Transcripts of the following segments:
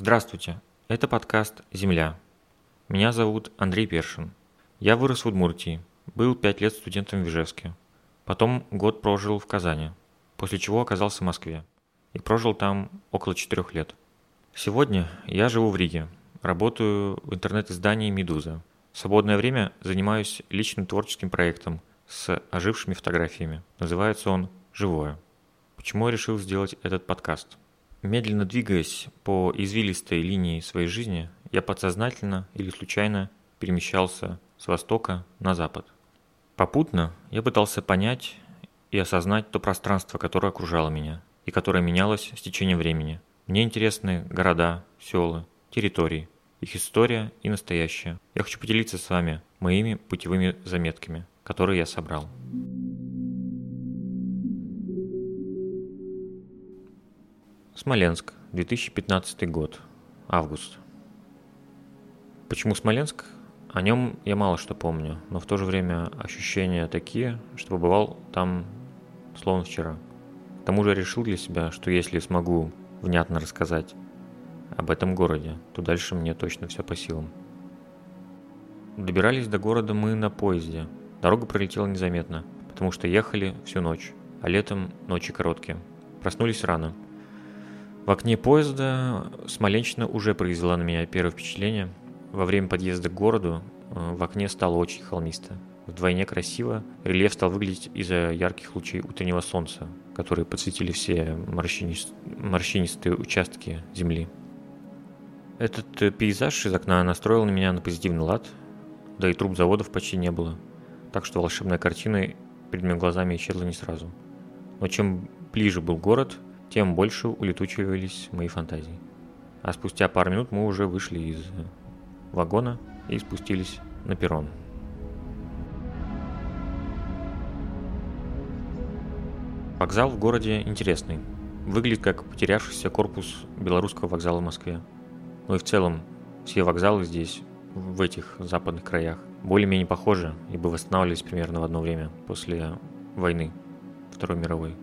Здравствуйте, это подкаст «Земля». Меня зовут Андрей Першин. Я вырос в Удмуртии, был 5 лет студентом в Ижевске. Потом год прожил в Казани, после чего оказался в Москве и прожил там около 4 лет. Сегодня я живу в Риге, работаю в интернет-издании «Медуза». В свободное время занимаюсь личным творческим проектом с ожившими фотографиями. Называется он «Живое». Почему я решил сделать этот подкаст? Медленно двигаясь по извилистой линии своей жизни, я подсознательно или случайно перемещался с востока на запад. Попутно я пытался понять и осознать то пространство, которое окружало меня и которое менялось с течением времени. Мне интересны города, села, территории, их история и настоящее. Я хочу поделиться с вами моими путевыми заметками, которые я собрал. Смоленск, 2015 год, август. Почему Смоленск? О нем я мало что помню, но в то же время ощущения такие, что побывал там словно вчера. К тому же я решил для себя, что если смогу внятно рассказать об этом городе, то дальше мне точно все по силам. Добирались до города мы на поезде. Дорога пролетела незаметно, потому что ехали всю ночь, а летом ночи короткие. Проснулись рано. В окне поезда Смоленщина уже произвела на меня первое впечатление. Во время подъезда к городу в окне стало очень холмисто. Вдвойне красиво. Рельеф стал выглядеть из-за ярких лучей утреннего солнца, которые подсветили все морщинистые участки земли. Этот пейзаж из окна настроил на меня на позитивный лад, да и труб заводов почти не было, так что волшебная картина перед моими глазами исчезла не сразу. Но чем ближе был город, тем больше улетучивались мои фантазии. А спустя пару минут мы уже вышли из вагона и спустились на перрон. Вокзал в городе интересный. Выглядит как потерявшийся корпус белорусского вокзала в Москве. Ну и в целом, все вокзалы здесь, в этих западных краях, более-менее похожи, ибо восстанавливались примерно в одно время после войны, Второй мировой.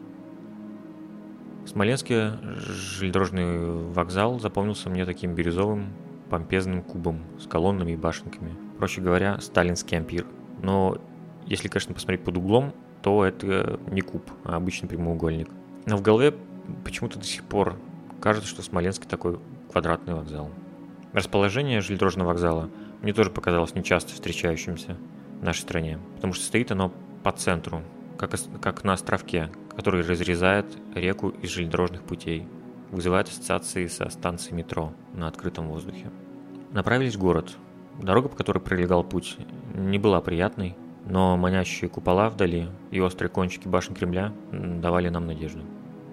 В Смоленске железнодорожный вокзал запомнился мне таким бирюзовым, помпезным кубом с колоннами и башенками. Проще говоря, сталинский ампир. Но если, конечно, посмотреть под углом, то это не куб, а обычный прямоугольник. Но в голове почему-то до сих пор кажется, что Смоленск такой квадратный вокзал. Расположение железнодорожного вокзала мне тоже показалось нечасто встречающимся в нашей стране, потому что стоит оно по центру, как на островке, который разрезает реку из железнодорожных путей, вызывает ассоциации со станцией метро на открытом воздухе. Направились в город. Дорога, по которой пролегал путь, не была приятной, но манящие купола вдали и острые кончики башен Кремля давали нам надежду.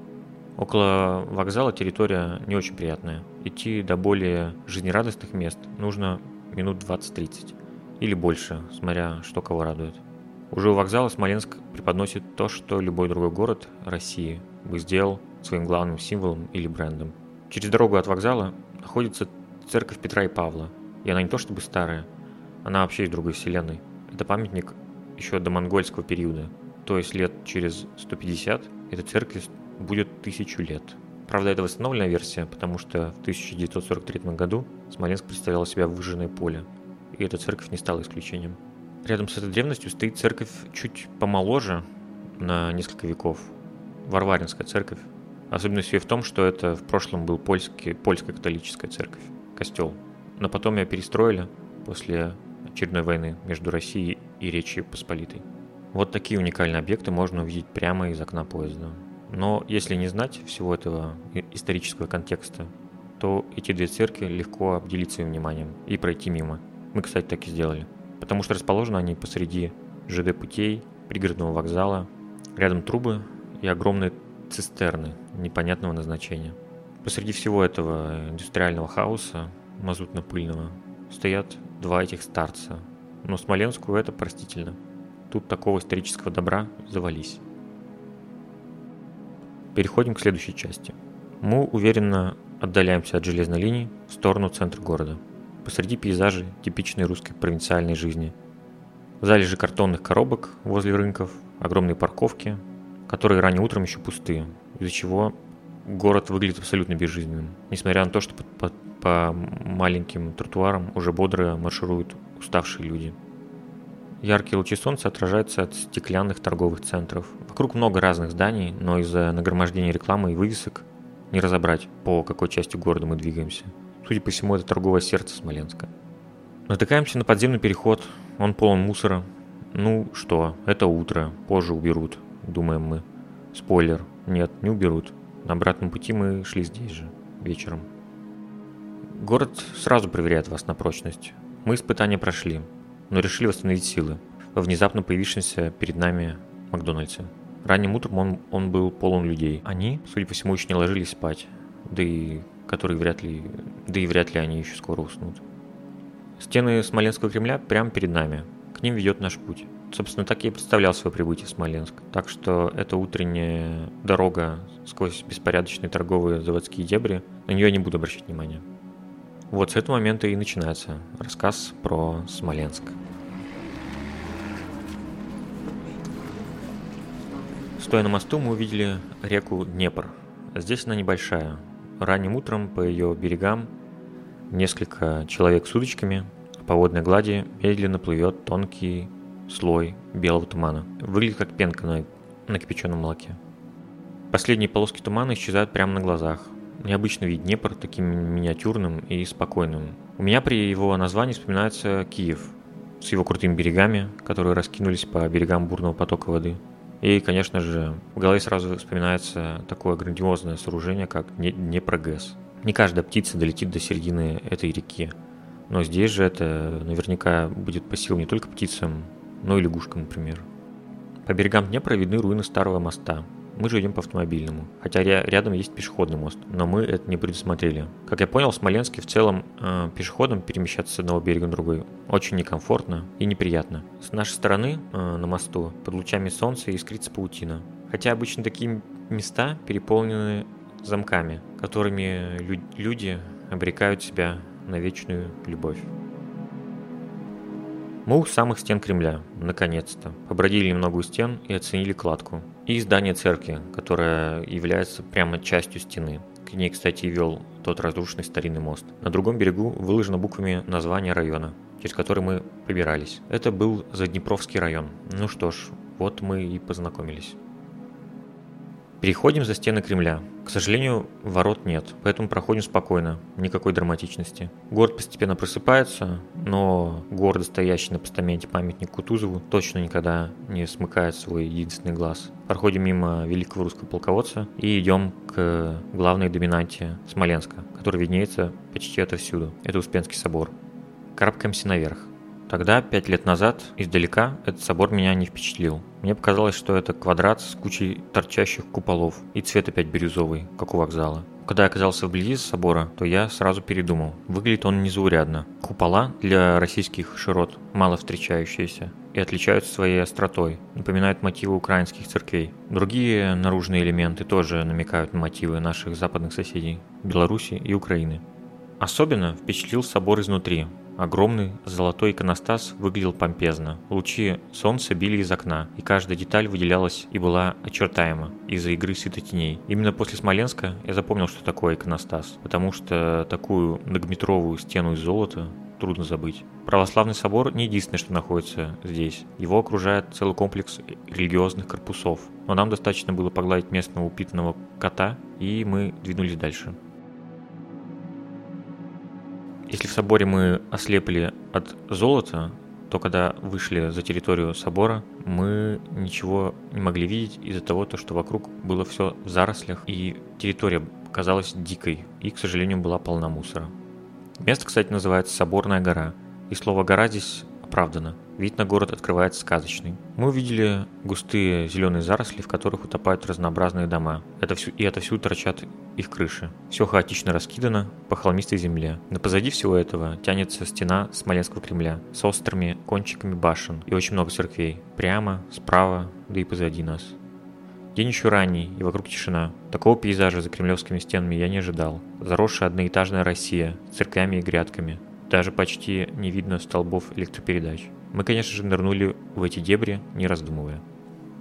Около вокзала территория не очень приятная. Идти до более жизнерадостных мест нужно минут 20-30 или больше, смотря что кого радует. Уже у вокзала Смоленск преподносит то, что любой другой город России бы сделал своим главным символом или брендом. Через дорогу от вокзала находится церковь Петра и Павла. И она не то чтобы старая, она вообще из другой вселенной. Это памятник еще до монгольского периода. То есть лет через 150 эта церковь будет 1000 лет. Правда, это восстановленная версия, потому что в 1943 году Смоленск представлял себя выжженное поле. И эта церковь не стала исключением. Рядом с этой древностью стоит церковь чуть помоложе на несколько веков. Варваринская церковь. Особенность ее в том, что это в прошлом был польская католическая церковь, костел. Но потом ее перестроили после очередной войны между Россией и Речью Посполитой. Вот такие уникальные объекты можно увидеть прямо из окна поезда. Но если не знать всего этого исторического контекста, то эти две церкви легко обделить своим вниманием и пройти мимо. Мы, кстати, так и сделали. Потому что расположены они посреди ЖД-путей, пригородного вокзала, рядом трубы и огромные цистерны непонятного назначения. Посреди всего этого индустриального хаоса, мазутно-пыльного, стоят два этих старца. Но Смоленску это простительно. Тут такого исторического добра завались. Переходим к следующей части. Мы уверенно отдаляемся от железной линии в сторону центра города. Посреди пейзажей типичной русской провинциальной жизни. Залежи картонных коробок возле рынков, огромные парковки, которые ранним утром еще пустые, из-за чего город выглядит абсолютно безжизненным. Несмотря на то, что по маленьким тротуарам уже бодро маршируют уставшие люди. Яркие лучи солнца отражаются от стеклянных торговых центров. Вокруг много разных зданий, но из-за нагромождения рекламы и вывесок не разобрать, по какой части города мы двигаемся. Судя по всему, это торговое сердце Смоленска. Натыкаемся на подземный переход, он полон мусора. Ну что, это утро, позже уберут, думаем мы. Спойлер, нет, не уберут. На обратном пути мы шли здесь же, вечером. Город сразу проверяет вас на прочность. Мы испытания прошли, но решили восстановить силы во внезапно появившемся перед нами Макдональдсе. Ранним утром он был полон людей. Они, судя по всему, еще не ложились спать, да и вряд ли они еще скоро уснут. Стены Смоленского Кремля прямо перед нами. К ним ведет наш путь. Собственно, так я и представлял свое прибытие в Смоленск. Так что эта утренняя дорога сквозь беспорядочные торговые заводские дебри, на нее я не буду обращать внимания. Вот с этого момента и начинается рассказ про Смоленск. Стоя на мосту, мы увидели реку Днепр. Здесь она небольшая. Ранним утром по ее берегам несколько человек с удочками, а по водной глади медленно плывет тонкий слой белого тумана. Выглядит как пенка на кипяченом молоке. Последние полоски тумана исчезают прямо на глазах. Необычный вид Днепр, таким миниатюрным и спокойным. У меня при его названии вспоминается Киев с его крутыми берегами, которые раскинулись по берегам бурного потока воды. И, конечно же, в голове сразу вспоминается такое грандиозное сооружение, как Днепрогэс. Не каждая птица долетит до середины этой реки, но здесь же это наверняка будет по силам не только птицам, но и лягушкам, например. По берегам Днепра видны руины старого моста. Мы же идем по автомобильному, хотя рядом есть пешеходный мост, но мы это не предусмотрели. Как я понял, в Смоленске в целом пешеходом перемещаться с одного берега на другой очень некомфортно и неприятно. С нашей стороны на мосту под лучами солнца искрится паутина, хотя обычно такие места переполнены замками, которыми люди обрекают себя на вечную любовь. Мы у самых стен Кремля, наконец-то. Побродили немного у стен и оценили кладку. И здание церкви, которое является прямо частью стены. К ней, кстати, и вел тот разрушенный старинный мост. На другом берегу выложено буквами название района, через который мы пробирались. Это был Заднепровский район. Ну что ж, вот мы и познакомились. Переходим за стены Кремля. К сожалению, ворот нет, поэтому проходим спокойно, никакой драматичности. Город постепенно просыпается, но гордо стоящий на постаменте памятник Кутузову точно никогда не смыкает свой единственный глаз. Проходим мимо великого русского полководца и идем к главной доминанте Смоленска, который виднеется почти отовсюду. Это Успенский собор. Карабкаемся наверх. Тогда, 5 лет назад, издалека, этот собор меня не впечатлил. Мне показалось, что это квадрат с кучей торчащих куполов, и цвет опять бирюзовый, как у вокзала. Когда я оказался вблизи собора, то я сразу передумал. Выглядит он незаурядно. Купола для российских широт мало встречающиеся и отличаются своей остротой, напоминают мотивы украинских церквей. Другие наружные элементы тоже намекают на мотивы наших западных соседей – Беларуси и Украины. Особенно впечатлил собор изнутри. Огромный золотой иконостас выглядел помпезно. Лучи солнца били из окна, и каждая деталь выделялась и была очертаема из-за игры светотеней. Именно после Смоленска я запомнил, что такое иконостас, потому что такую многометровую стену из золота трудно забыть. Православный собор не единственное, что находится здесь. Его окружает целый комплекс религиозных корпусов. Но нам достаточно было погладить местного упитанного кота, и мы двинулись дальше. Если в соборе мы ослепли от золота, то когда вышли за территорию собора, мы ничего не могли видеть из-за того, что вокруг было все в зарослях, и территория казалась дикой и, к сожалению, была полна мусора. Место, кстати, называется Соборная гора, и слово «гора» здесь оправдано. Вид на город открывается сказочный. Мы увидели густые зеленые заросли, в которых утопают разнообразные дома. И отовсюду торчат их крыши. Все хаотично раскидано по холмистой земле. Но позади всего этого тянется стена Смоленского Кремля с острыми кончиками башен и очень много церквей. Прямо, справа, да и позади нас. День еще ранний, и вокруг тишина. Такого пейзажа за кремлевскими стенами я не ожидал. Заросшая одноэтажная Россия с церквями и грядками. Даже почти не видно столбов электропередач. Мы, конечно же, нырнули в эти дебри, не раздумывая.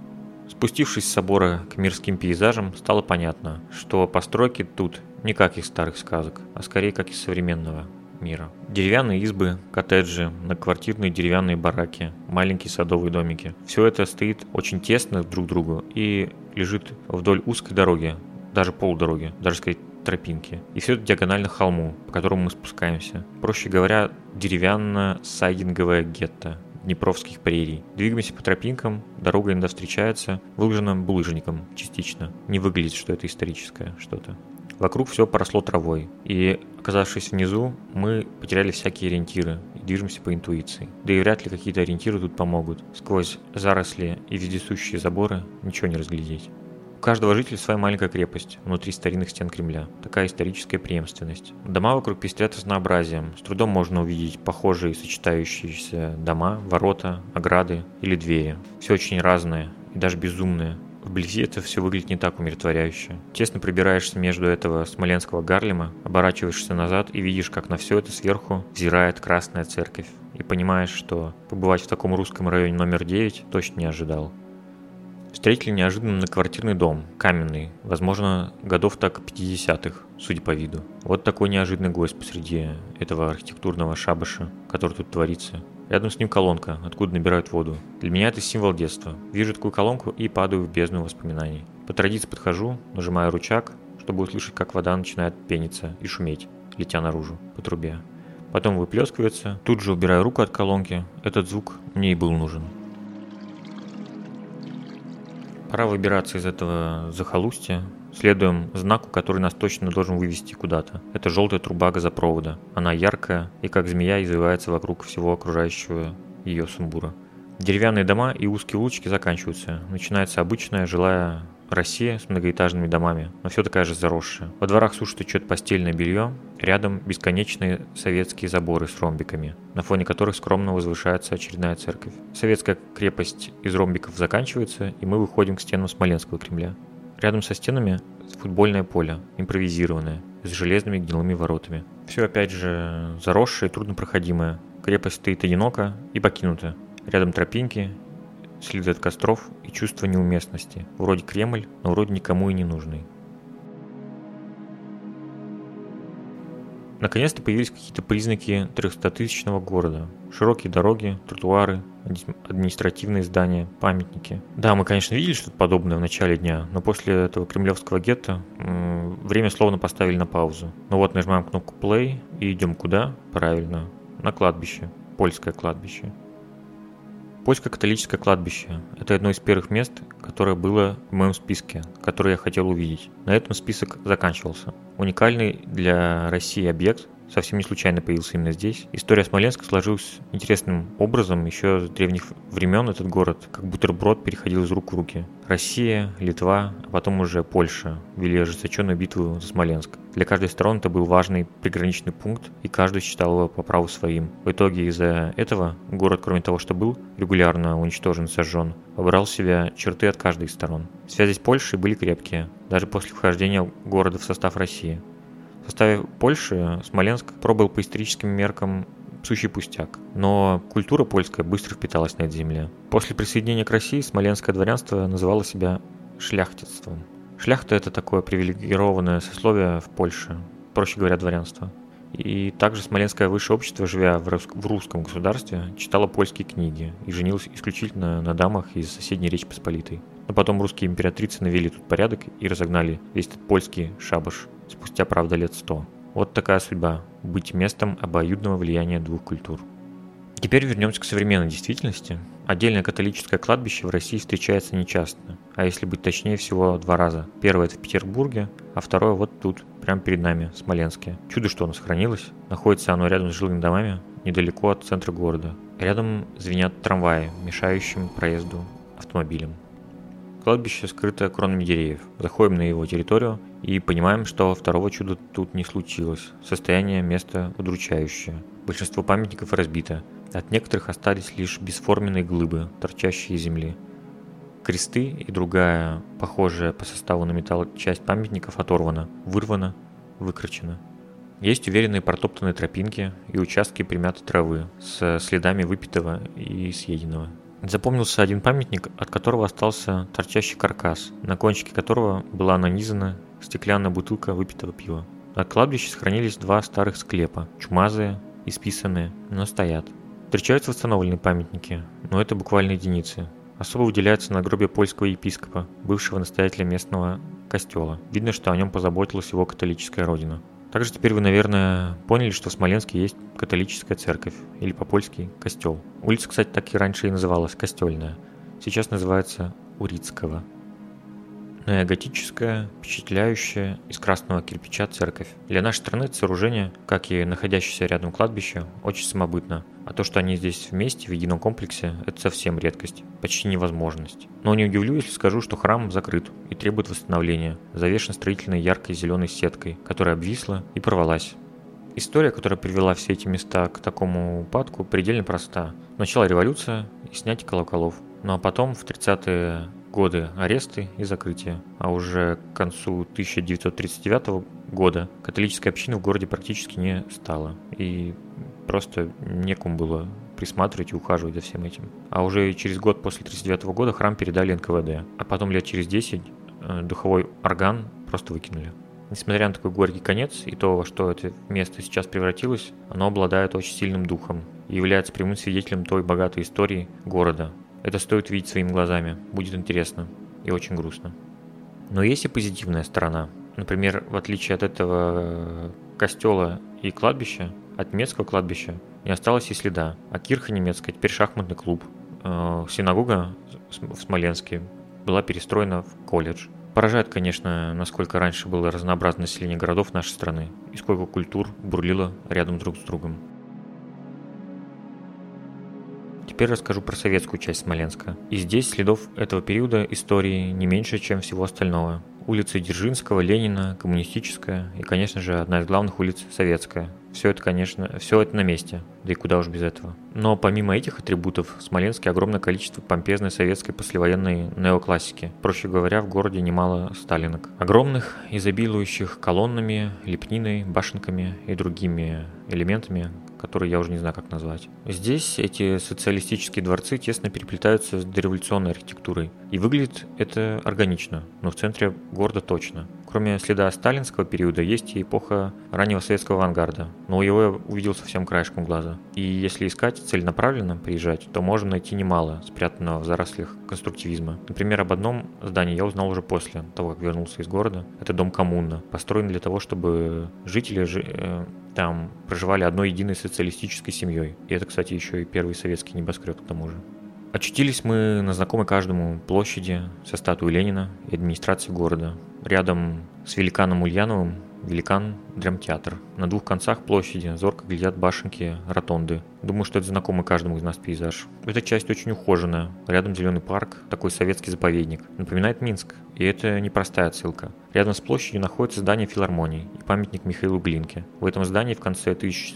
Спустившись с собора к мирским пейзажам, стало понятно, что постройки тут не как из старых сказок, а скорее как из современного мира. Деревянные избы, коттеджи, многоквартирные деревянные бараки, маленькие садовые домики. Все это стоит очень тесно друг к другу и лежит вдоль узкой дороги, даже полудороги, даже скорее тропинки. И все это диагонально холму, по которому мы спускаемся. Проще говоря, деревянно-сайдинговое гетто Днепровских прерий. Двигаемся по тропинкам, дорога иногда встречается, выложена булыжником частично. Не выглядит, что это историческое что-то. Вокруг все поросло травой, и, оказавшись внизу, мы потеряли всякие ориентиры и движемся по интуиции. Да и вряд ли какие-то ориентиры тут помогут. Сквозь заросли и вездесущие заборы ничего не разглядеть. У каждого жителя своя маленькая крепость внутри старинных стен Кремля. Такая историческая преемственность. Дома вокруг пестрят разнообразием. С трудом можно увидеть похожие сочетающиеся дома, ворота, ограды или двери. Все очень разное и даже безумное. Вблизи это все выглядит не так умиротворяюще. Тесно пробираешься между этого смоленского Гарлема, оборачиваешься назад и видишь, как на все это сверху взирает Красная Церковь. И понимаешь, что побывать в таком русском районе номер 9 точно не ожидал. Встретили неожиданно многоквартирный дом, каменный, возможно, годов так 50-х, судя по виду. Вот такой неожиданный гость посреди этого архитектурного шабаша, который тут творится. Рядом с ним колонка, откуда набирают воду. Для меня это символ детства. Вижу такую колонку и падаю в бездну воспоминаний. По традиции подхожу, нажимаю рычаг, чтобы услышать, как вода начинает пениться и шуметь, летя наружу по трубе. Потом выплескивается, тут же убираю руку от колонки. Этот звук мне и был нужен. Пора выбираться из этого захолустья. Следуем знаку, который нас точно должен вывести куда-то. Это желтая труба газопровода. Она яркая и как змея извивается вокруг всего окружающего ее сумбура. Деревянные дома и узкие улочки заканчиваются. Начинается обычная жилая Россия с многоэтажными домами, но все такая же заросшая. Во дворах сушат и чет постельное белье, рядом бесконечные советские заборы с ромбиками, на фоне которых скромно возвышается очередная церковь. Советская крепость из ромбиков заканчивается, и мы выходим к стенам Смоленского Кремля. Рядом со стенами футбольное поле, импровизированное, с железными гнилыми воротами. Все опять же заросшее и труднопроходимое. Крепость стоит одиноко и покинута. Рядом тропинки, следы от костров и чувство неуместности. Вроде Кремль, но вроде никому и не нужный. Наконец-то появились какие-то признаки 300-тысячного города. Широкие дороги, тротуары, административные здания, памятники. Да, мы, конечно, видели что-то подобное в начале дня, но после этого кремлевского гетто время словно поставили на паузу. Ну вот, нажимаем кнопку play и идем куда? Правильно, на кладбище, польское кладбище. Польское католическое кладбище – это одно из первых мест, которое было в моем списке, которое я хотел увидеть. На этом список заканчивался. Уникальный для России объект совсем не случайно появился именно здесь. История Смоленска сложилась интересным образом. Еще с древних времен этот город, как бутерброд, переходил из рук в руки. Россия, Литва, а потом уже Польша вели ожесточенную битву за Смоленск. Для каждой стороны это был важный приграничный пункт, и каждый считал его по праву своим. В итоге из-за этого город, кроме того, что был регулярно уничтожен и сожжен, выбрал в себя черты от каждой из сторон. Связи с Польшей были крепкие, даже после вхождения города в состав России. В составе Польши Смоленск пробыл по историческим меркам сущий пустяк, но культура польская быстро впиталась на этой земле. После присоединения к России смоленское дворянство называло себя шляхтичеством. Шляхта – это такое привилегированное сословие в Польше, проще говоря, дворянство. И также смоленское высшее общество, живя в русском государстве, читало польские книги и женилось исключительно на дамах из соседней Речи Посполитой. Но потом русские императрицы навели тут порядок и разогнали весь этот польский шабаш, спустя, правда, лет 100. Вот такая судьба – быть местом обоюдного влияния двух культур. Теперь вернемся к современной действительности. Отдельное католическое кладбище в России встречается нечасто, а если быть точнее, всего 2 раза. Первое – это в Петербурге, а второе – вот тут, прямо перед нами, в Смоленске. Чудо, что оно сохранилось. Находится оно рядом с жилыми домами, недалеко от центра города. Рядом звенят трамваи, мешающим проезду автомобилям. Кладбище скрыто кронами деревьев. Заходим на его территорию и понимаем, что второго чуда тут не случилось. Состояние места удручающее. Большинство памятников разбито. От некоторых остались лишь бесформенные глыбы, торчащие из земли. Кресты и другая, похожая по составу на металл часть памятников оторвана, вырвана, выкорчена. Есть уверенные протоптанные тропинки и участки примятой травы с следами выпитого и съеденного. Запомнился один памятник, от которого остался торчащий каркас, на кончике которого была нанизана стеклянная бутылка выпитого пива. От кладбища сохранились два старых склепа, чумазые, исписанные, но стоят. Встречаются восстановленные памятники, но это буквально единицы. Особо выделяется надгробие польского епископа, бывшего настоятеля местного костела. Видно, что о нем позаботилась его католическая родина. Также теперь вы, наверное, поняли, что в Смоленске есть католическая церковь, или по-польски костел. Улица, кстати, так и раньше и называлась, Костельная. Сейчас называется Урицкого. Готическая, впечатляющая, из красного кирпича церковь. Для нашей страны это сооружение, как и находящееся рядом кладбище, очень самобытно. А то, что они здесь вместе, в едином комплексе, это совсем редкость, почти невозможность. Но не удивлю, если скажу, что храм закрыт и требует восстановления, завешен строительной яркой зеленой сеткой, которая обвисла и порвалась. История, которая привела все эти места к такому упадку, предельно проста. Начала революция и снятие колоколов. Ну а потом, в 30-е годы, аресты и закрытия. А уже к концу 1939 года католической общины в городе практически не стало. И просто некому было присматривать и ухаживать за всем этим. А уже через год после 1939 года храм передали НКВД. А потом лет через 10 духовой орган просто выкинули. Несмотря на такой горький конец и то, во что это место сейчас превратилось, оно обладает очень сильным духом и является прямым свидетелем той богатой истории города. Это стоит видеть своими глазами, будет интересно и очень грустно. Но есть и позитивная сторона. Например, в отличие от этого костела и кладбища, от немецкого кладбища не осталось и следа. А кирха немецкая теперь шахматный клуб. Синагога в Смоленске была перестроена в колледж. Поражает, конечно, насколько раньше было разнообразное население городов нашей страны и сколько культур бурлило рядом друг с другом. Теперь расскажу про советскую часть Смоленска. И здесь следов этого периода истории не меньше, чем всего остального. Улицы Дзержинского, Ленина, Коммунистическая и, конечно же, одна из главных улиц Советская. Все это на месте, да и куда уж без этого. Но помимо этих атрибутов, в Смоленске огромное количество помпезной советской послевоенной неоклассики. Проще говоря, в городе немало сталинок. Огромных, изобилующих колоннами, лепниной, башенками и другими элементами, которые я уже не знаю, как назвать. Здесь эти социалистические дворцы тесно переплетаются с дореволюционной архитектурой. И выглядит это органично, но в центре города точно. Кроме следа сталинского периода, есть и эпоха раннего советского авангарда, но его я увидел совсем краешком глаза. И если искать целенаправленно приезжать, то можно найти немало спрятанного в зарослях конструктивизма. Например, об одном здании я узнал уже после того, как вернулся из города. Это дом коммуна, построен для того, чтобы жители там проживали одной единой социалистической семьей. И это, кстати, еще и первый советский небоскреб к тому же. Очутились мы на знакомой каждому площади со статуей Ленина и администрацией города. Рядом с великаном Ульяновым великан драмтеатр. На двух концах площади зорко глядят башенки ротонды. Думаю, что это знакомый каждому из нас пейзаж. Эта часть очень ухоженная. Рядом зеленый парк, такой советский заповедник. Напоминает Минск. И это непростая отсылка. Рядом с площадью находится здание филармонии и памятник Михаилу Глинке. В этом здании в конце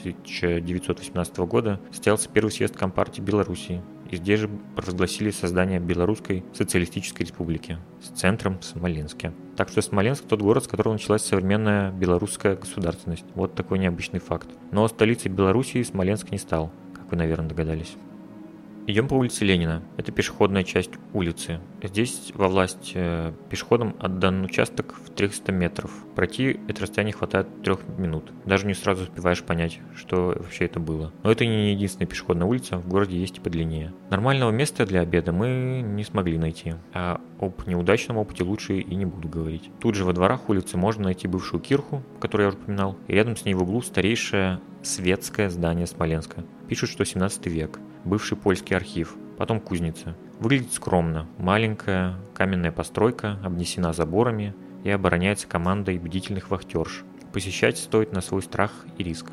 1918 года состоялся первый съезд Компартии Белоруссии. И здесь же провозгласили создание Белорусской социалистической республики с центром в Смоленске. Так что Смоленск – тот город, с которого началась современная белорусская государственность. Вот такой необычный факт. Но столицей Белоруссии Смоленск не стал, как вы, наверное, догадались. Идем по улице Ленина. Это пешеходная часть улицы. Здесь во власть пешеходам отдан участок в 300 метров. Пройти это расстояние хватает 3 минут. Даже не сразу успеваешь понять, что вообще это было. Но это не единственная пешеходная улица, в городе есть и подлиннее. Нормального места для обеда мы не смогли найти. А об неудачном опыте лучше и не буду говорить. Тут же во дворах улицы можно найти бывшую кирху, которую я уже упоминал, и рядом с ней в углу старейшее светское здание Смоленска. Пишут, что 17 век. Бывший польский архив, потом кузница. Выглядит скромно. Маленькая каменная постройка, обнесена заборами и обороняется командой бдительных вахтерш. Посещать стоит на свой страх и риск.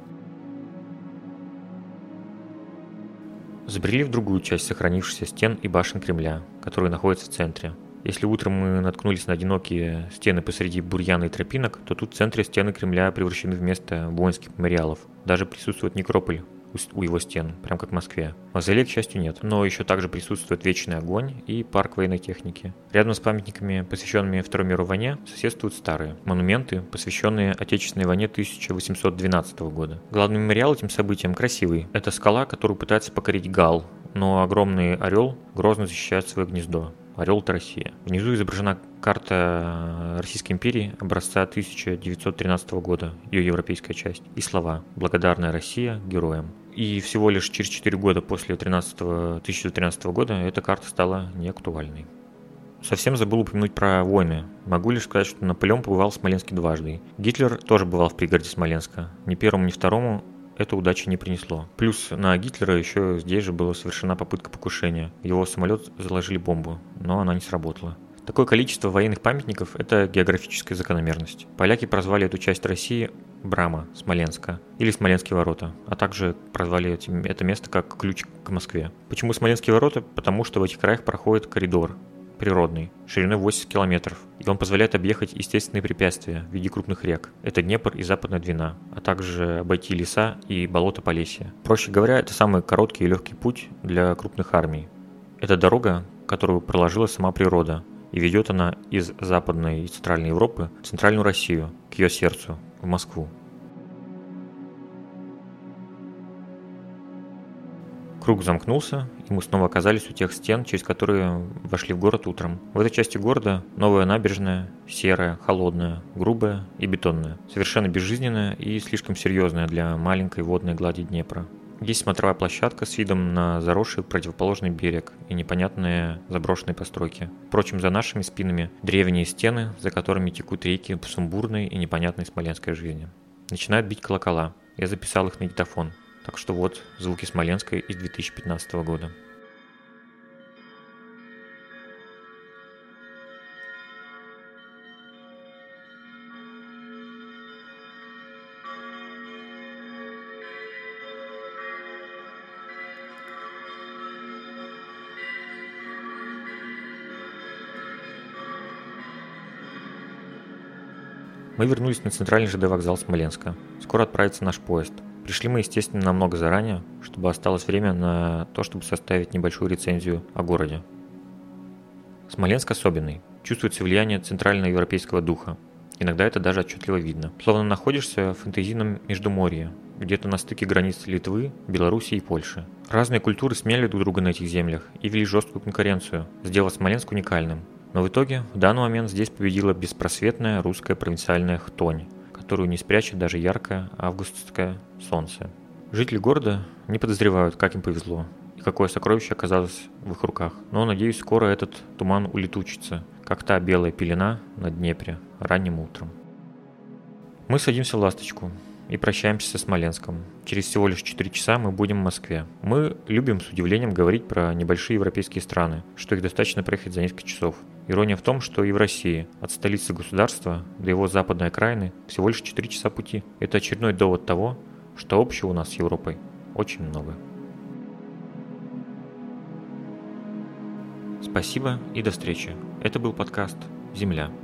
Забрели в другую часть сохранившихся стен и башен Кремля, которые находятся в центре. Если утром мы наткнулись на одинокие стены посреди бурьяна и тропинок, то тут в центре стены Кремля превращены в место воинских мемориалов. Даже присутствует некрополь у его стен, прям как в Москве. Мавзолея, к счастью, нет. Но еще также присутствует вечный огонь и парк военной техники. Рядом с памятниками, посвященными Второй мировой войне, соседствуют старые монументы, посвященные Отечественной войне 1812 года. Главный мемориал этим событиям красивый. Это скала, которую пытается покорить Гал но огромный орел грозно защищает свое гнездо. Орел – это Россия. Внизу изображена карта Российской империи образца 1913 года, ее европейская часть, и слова «Благодарная Россия героям». И всего лишь через 4 года после 1913 года эта карта стала неактуальной. Совсем забыл упомянуть про войны. Могу лишь сказать, что Наполеон побывал в Смоленске дважды. Гитлер тоже бывал в пригороде Смоленска. Ни первому, ни второму это удачи не принесло. Плюс на Гитлера еще здесь же была совершена попытка покушения. В его самолет заложили бомбу, но она не сработала. Такое количество военных памятников – это географическая закономерность. Поляки прозвали эту часть России Брама Смоленска или Смоленские ворота, а также прозвали это место как ключ к Москве. Почему Смоленские ворота? Потому что в этих краях проходит коридор природный, шириной 80 километров, и он позволяет объехать естественные препятствия в виде крупных рек. Это Днепр и Западная Двина, а также обойти леса и болото Полесья. Проще говоря, это самый короткий и легкий путь для крупных армий. Это дорога, которую проложила сама природа, и ведет она из Западной и Центральной Европы в Центральную Россию, к ее сердцу, в Москву. Круг замкнулся, и мы снова оказались у тех стен, через которые вошли в город утром. В этой части города новая набережная, серая, холодная, грубая и бетонная, совершенно безжизненная и слишком серьезная для маленькой водной глади Днепра. Есть смотровая площадка с видом на заросший противоположный берег и непонятные заброшенные постройки. Впрочем, за нашими спинами древние стены, за которыми текут реки сумбурной и непонятной смоленской жизни. Начинают бить колокола. Я записал их на диктофон. Так что вот звуки Смоленска из 2015 года. Мы вернулись на центральный ЖД вокзал Смоленска. Скоро отправится наш поезд. Пришли мы, естественно, намного заранее, чтобы осталось время на то, чтобы составить небольшую рецензию о городе. Смоленск особенный. Чувствуется влияние центральноевропейского духа. Иногда это даже отчетливо видно. Словно находишься в фэнтезийном Междуморье, где-то на стыке границ Литвы, Белоруссии и Польши. Разные культуры сменяли друг друга на этих землях и вели жесткую конкуренцию, сделав Смоленск уникальным. Но в итоге, в данный момент здесь победила беспросветная русская провинциальная хтонь, которую не спрячет даже яркое августовское солнце. Жители города не подозревают, как им повезло и какое сокровище оказалось в их руках. Но, надеюсь, скоро этот туман улетучится, как та белая пелена на Днепре ранним утром. Мы садимся в «Ласточку» и прощаемся со Смоленском. Через всего лишь 4 часа мы будем в Москве. Мы любим с удивлением говорить про небольшие европейские страны, что их достаточно проехать за несколько часов. Ирония в том, что и в России от столицы государства до его западной окраины всего лишь 4 часа пути. Это очередной довод того, что общего у нас с Европой очень много. Спасибо и до встречи. Это был подкаст «Земля».